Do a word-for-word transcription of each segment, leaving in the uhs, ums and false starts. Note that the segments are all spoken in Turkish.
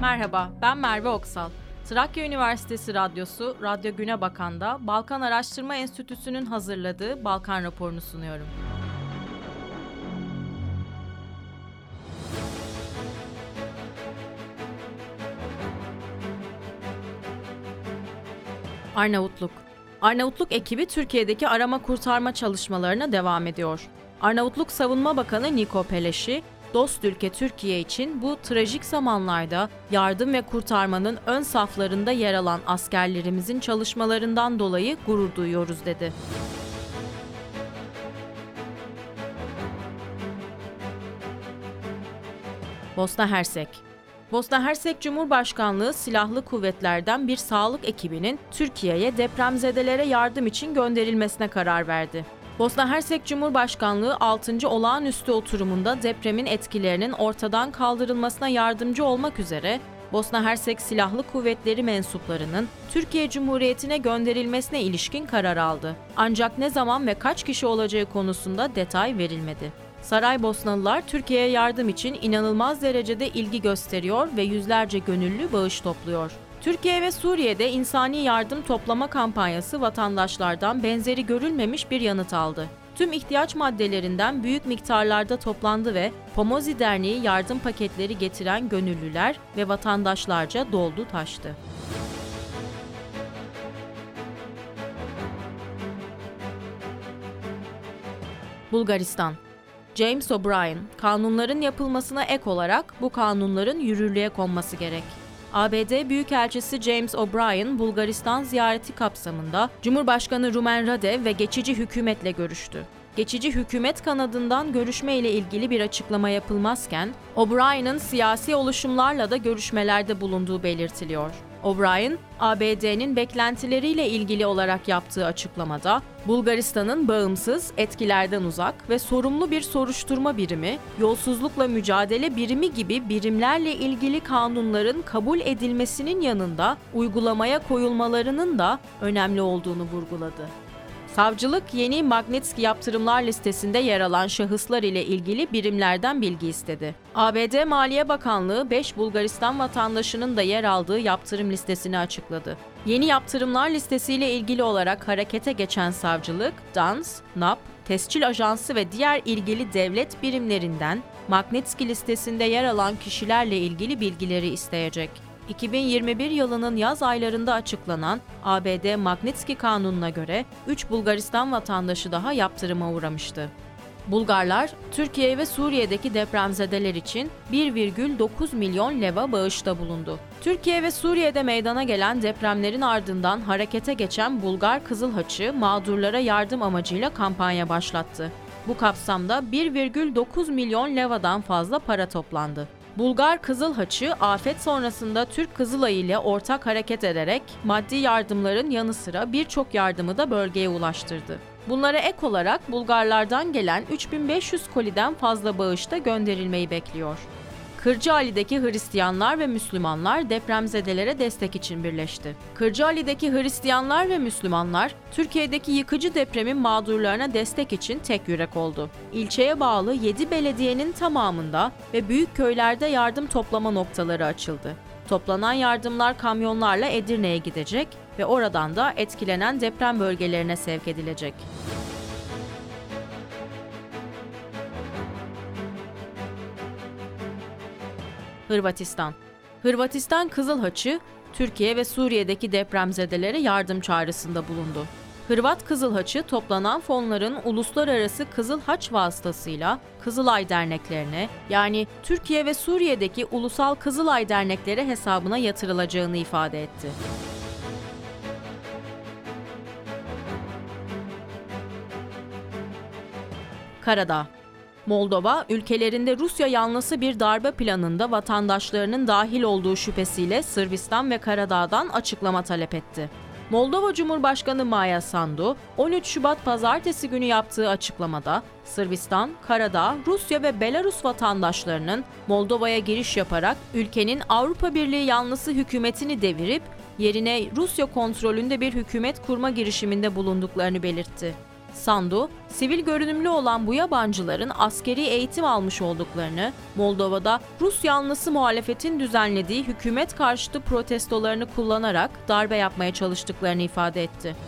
Merhaba, ben Merve Oksal. Trakya Üniversitesi Radyosu, Radyo Güne Bakan'da Balkan Araştırma Enstitüsü'nün hazırladığı Balkan raporunu sunuyorum. Arnavutluk. Arnavutluk ekibi Türkiye'deki arama kurtarma çalışmalarına devam ediyor. Arnavutluk Savunma Bakanı Niko Peleşi, dost ülke Türkiye için bu trajik zamanlarda yardım ve kurtarmanın ön saflarında yer alan askerlerimizin çalışmalarından dolayı gurur duyuyoruz dedi. Bosna Hersek. Bosna Hersek Cumhurbaşkanlığı Silahlı Kuvvetler'den bir sağlık ekibinin Türkiye'ye depremzedelere yardım için gönderilmesine karar verdi. Bosna Hersek Cumhurbaşkanlığı altıncı olağanüstü oturumunda depremin etkilerinin ortadan kaldırılmasına yardımcı olmak üzere Bosna Hersek Silahlı Kuvvetleri mensuplarının Türkiye Cumhuriyeti'ne gönderilmesine ilişkin karar aldı. Ancak ne zaman ve kaç kişi olacağı konusunda detay verilmedi. Saraybosnalılar Türkiye'ye yardım için inanılmaz derecede ilgi gösteriyor ve yüzlerce gönüllü bağış topluyor. Türkiye ve Suriye'de insani yardım toplama kampanyası vatandaşlardan benzeri görülmemiş bir yanıt aldı. Tüm ihtiyaç maddelerinden büyük miktarlarda toplandı ve Pomozi Derneği yardım paketleri getiren gönüllüler ve vatandaşlarca doldu taştı. Bulgaristan. James O'Brien, kanunların yapılmasına ek olarak bu kanunların yürürlüğe konması gerek. A B D Büyükelçisi James O'Brien, Bulgaristan ziyareti kapsamında Cumhurbaşkanı Rumen Radev ve geçici hükümetle görüştü. Geçici hükümet kanadından görüşme ile ilgili bir açıklama yapılmazken, O'Brien'ın siyasi oluşumlarla da görüşmelerde bulunduğu belirtiliyor. O'Brien, A B D'nin beklentileriyle ilgili olarak yaptığı açıklamada, Bulgaristan'ın bağımsız, etkilerden uzak ve sorumlu bir soruşturma birimi, yolsuzlukla mücadele birimi gibi birimlerle ilgili kanunların kabul edilmesinin yanında uygulamaya koyulmalarının da önemli olduğunu vurguladı. Savcılık, yeni Magnitski yaptırımlar listesinde yer alan şahıslar ile ilgili birimlerden bilgi istedi. A B D Maliye Bakanlığı, beş Bulgaristan vatandaşının da yer aldığı yaptırım listesini açıkladı. Yeni yaptırımlar listesiyle ilgili olarak harekete geçen savcılık, DANS, N A P, Tescil Ajansı ve diğer ilgili devlet birimlerinden Magnitski listesinde yer alan kişilerle ilgili bilgileri isteyecek. iki bin yirmi bir yılının yaz aylarında açıklanan A B D Magnitski Kanunu'na göre üç Bulgaristan vatandaşı daha yaptırıma uğramıştı. Bulgarlar, Türkiye ve Suriye'deki depremzedeler için bir virgül dokuz milyon leva bağışta bulundu. Türkiye ve Suriye'de meydana gelen depremlerin ardından harekete geçen Bulgar Kızıl Haçı, mağdurlara yardım amacıyla kampanya başlattı. Bu kapsamda bir virgül dokuz milyon levadan fazla para toplandı. Bulgar Kızıl Haçı, afet sonrasında Türk Kızılayı ile ortak hareket ederek maddi yardımların yanı sıra birçok yardımı da bölgeye ulaştırdı. Bunlara ek olarak Bulgarlardan gelen üç bin beş yüz koliden fazla bağış da gönderilmeyi bekliyor. Kırcaali'deki Hristiyanlar ve Müslümanlar depremzedelere destek için birleşti. Kırcaali'deki Hristiyanlar ve Müslümanlar, Türkiye'deki yıkıcı depremin mağdurlarına destek için tek yürek oldu. İlçeye bağlı yedi belediyenin tamamında ve büyük köylerde yardım toplama noktaları açıldı. Toplanan yardımlar kamyonlarla Edirne'ye gidecek ve oradan da etkilenen deprem bölgelerine sevk edilecek. Hırvatistan. Hırvatistan Kızıl Haçı, Türkiye ve Suriye'deki depremzedelere yardım çağrısında bulundu. Hırvat Kızıl Haçı, toplanan fonların uluslararası Kızıl Haç vasıtasıyla Kızılay derneklerine, yani Türkiye ve Suriye'deki ulusal Kızılay dernekleri hesabına yatırılacağını ifade etti. Karadağ. Moldova, ülkelerinde Rusya yanlısı bir darbe planında vatandaşlarının dahil olduğu şüphesiyle Sırbistan ve Karadağ'dan açıklama talep etti. Moldova Cumhurbaşkanı Maia Sandu, on üç Şubat Pazartesi günü yaptığı açıklamada, Sırbistan, Karadağ, Rusya ve Belarus vatandaşlarının Moldova'ya giriş yaparak ülkenin Avrupa Birliği yanlısı hükümetini devirip yerine Rusya kontrolünde bir hükümet kurma girişiminde bulunduklarını belirtti. Sandu, sivil görünümlü olan bu yabancıların askeri eğitim almış olduklarını, Moldova'da Rus yanlısı muhalefetin düzenlediği hükümet karşıtı protestolarını kullanarak darbe yapmaya çalıştıklarını ifade etti.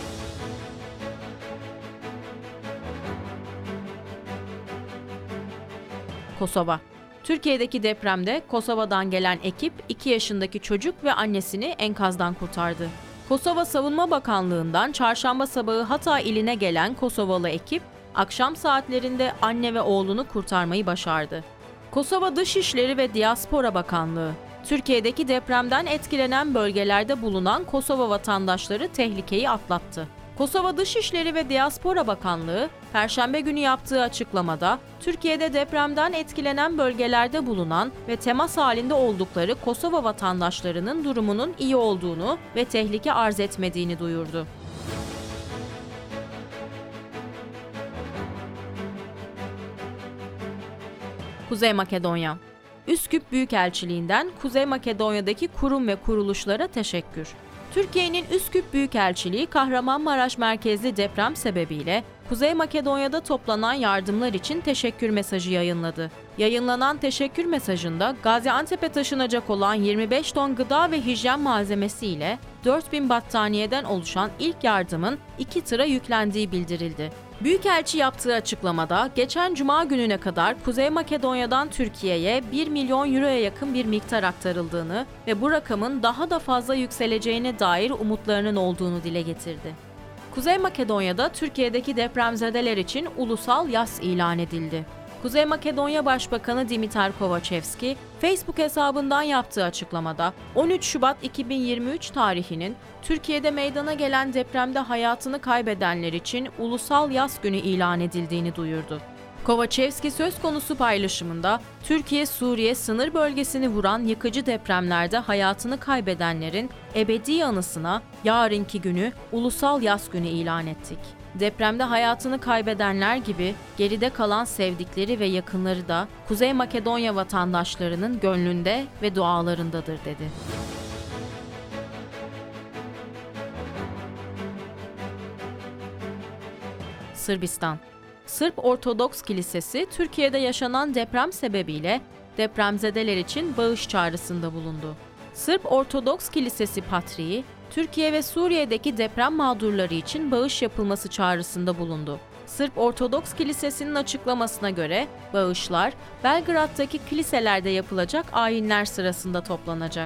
Kosova. Türkiye'deki depremde Kosova'dan gelen ekip iki yaşındaki çocuk ve annesini enkazdan kurtardı. Kosova Savunma Bakanlığı'ndan çarşamba sabahı Hatay iline gelen Kosovalı ekip, akşam saatlerinde anne ve oğlunu kurtarmayı başardı. Kosova Dışişleri ve Diaspora Bakanlığı, Türkiye'deki depremden etkilenen bölgelerde bulunan Kosova vatandaşları tehlikeyi atlattı. Kosova Dışişleri ve Diaspora Bakanlığı, Perşembe günü yaptığı açıklamada, Türkiye'de depremden etkilenen bölgelerde bulunan ve temas halinde oldukları Kosova vatandaşlarının durumunun iyi olduğunu ve tehlike arz etmediğini duyurdu. Kuzey Makedonya. Üsküp Büyükelçiliğinden Kuzey Makedonya'daki kurum ve kuruluşlara teşekkür. Türkiye'nin Üsküp Büyükelçiliği, Kahramanmaraş merkezli deprem sebebiyle Kuzey Makedonya'da toplanan yardımlar için teşekkür mesajı yayınladı. Yayınlanan teşekkür mesajında Gaziantep'e taşınacak olan yirmi beş ton gıda ve hijyen malzemesi ile dört bin battaniyeden oluşan ilk yardımın iki tıra yüklendiği bildirildi. Büyükelçi yaptığı açıklamada, geçen Cuma gününe kadar Kuzey Makedonya'dan Türkiye'ye bir milyon euroya yakın bir miktar aktarıldığını ve bu rakamın daha da fazla yükseleceğine dair umutlarının olduğunu dile getirdi. Kuzey Makedonya'da Türkiye'deki depremzedeler için ulusal yas ilan edildi. Kuzey Makedonya Başbakanı Dimitar Kovačevski, Facebook hesabından yaptığı açıklamada on üç Şubat iki bin yirmi üç tarihinin Türkiye'de meydana gelen depremde hayatını kaybedenler için Ulusal Yas Günü ilan edildiğini duyurdu. Kovačevski söz konusu paylaşımında, Türkiye-Suriye sınır bölgesini vuran yıkıcı depremlerde hayatını kaybedenlerin ebedi anısına yarınki günü Ulusal Yas Günü ilan ettik. Depremde hayatını kaybedenler gibi geride kalan sevdikleri ve yakınları da Kuzey Makedonya vatandaşlarının gönlünde ve dualarındadır dedi. Sırbistan. Sırp Ortodoks Kilisesi, Türkiye'de yaşanan deprem sebebiyle depremzedeler için bağış çağrısında bulundu. Sırp Ortodoks Kilisesi Patriği, Türkiye ve Suriye'deki deprem mağdurları için bağış yapılması çağrısında bulundu. Sırp Ortodoks Kilisesi'nin açıklamasına göre bağışlar Belgrad'daki kiliselerde yapılacak ayinler sırasında toplanacak.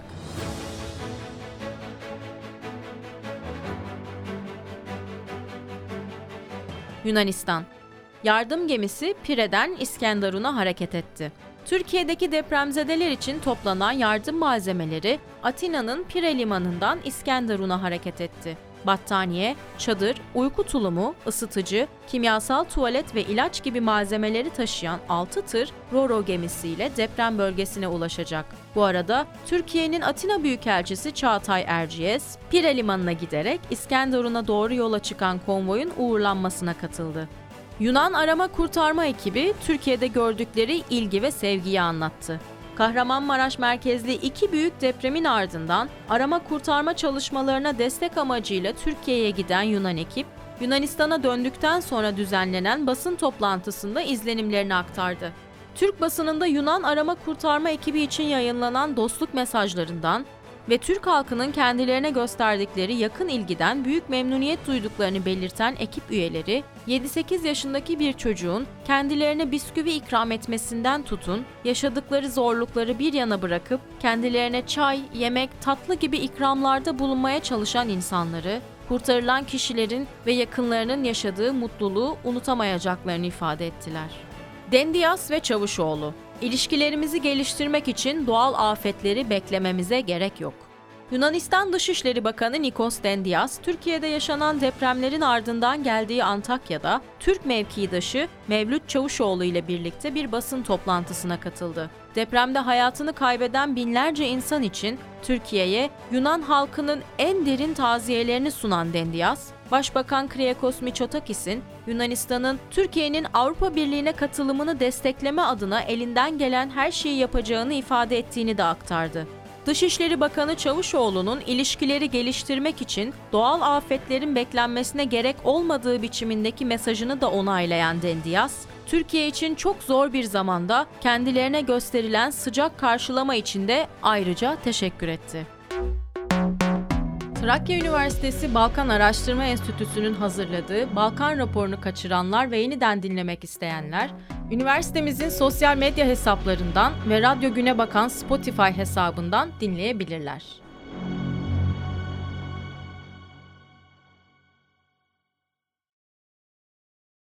Yunanistan. Yardım gemisi Pire'den İskenderun'a hareket etti. Türkiye'deki depremzedeler için toplanan yardım malzemeleri Atina'nın Pire limanından İskenderun'a hareket etti. Battaniye, çadır, uyku tulumu, ısıtıcı, kimyasal tuvalet ve ilaç gibi malzemeleri taşıyan altı tır Ro-Ro gemisiyle deprem bölgesine ulaşacak. Bu arada Türkiye'nin Atina Büyükelçisi Çağatay Erciyes, Pire limanına giderek İskenderun'a doğru yola çıkan konvoyun uğurlanmasına katıldı. Yunan arama kurtarma ekibi Türkiye'de gördükleri ilgi ve sevgiyi anlattı. Kahramanmaraş merkezli iki büyük depremin ardından arama kurtarma çalışmalarına destek amacıyla Türkiye'ye giden Yunan ekip, Yunanistan'a döndükten sonra düzenlenen basın toplantısında izlenimlerini aktardı. Türk basınında Yunan arama kurtarma ekibi için yayınlanan dostluk mesajlarından ve Türk halkının kendilerine gösterdikleri yakın ilgiden büyük memnuniyet duyduklarını belirten ekip üyeleri, yedi sekiz yaşındaki bir çocuğun kendilerine bisküvi ikram etmesinden tutun, yaşadıkları zorlukları bir yana bırakıp kendilerine çay, yemek, tatlı gibi ikramlarda bulunmaya çalışan insanları, kurtarılan kişilerin ve yakınlarının yaşadığı mutluluğu unutamayacaklarını ifade ettiler. Dendias ve Çavuşoğlu, İlişkilerimizi geliştirmek için doğal afetleri beklememize gerek yok. Yunanistan Dışişleri Bakanı Nikos Dendias, Türkiye'de yaşanan depremlerin ardından geldiği Antakya'da Türk mevkidaşı Mevlüt Çavuşoğlu ile birlikte bir basın toplantısına katıldı. Depremde hayatını kaybeden binlerce insan için Türkiye'ye Yunan halkının en derin taziyelerini sunan Dendias, Başbakan Kyriakos Mitsotakis'in Yunanistan'ın Türkiye'nin Avrupa Birliği'ne katılımını destekleme adına elinden gelen her şeyi yapacağını ifade ettiğini de aktardı. Dışişleri Bakanı Çavuşoğlu'nun ilişkileri geliştirmek için doğal afetlerin beklenmesine gerek olmadığı biçimindeki mesajını da onaylayan Dendias, Türkiye için çok zor bir zamanda kendilerine gösterilen sıcak karşılama için de ayrıca teşekkür etti. Trakya Üniversitesi Balkan Araştırma Enstitüsü'nün hazırladığı Balkan raporunu kaçıranlar ve yeniden dinlemek isteyenler, üniversitemizin sosyal medya hesaplarından ve Radyo Güne Bakan Spotify hesabından dinleyebilirler.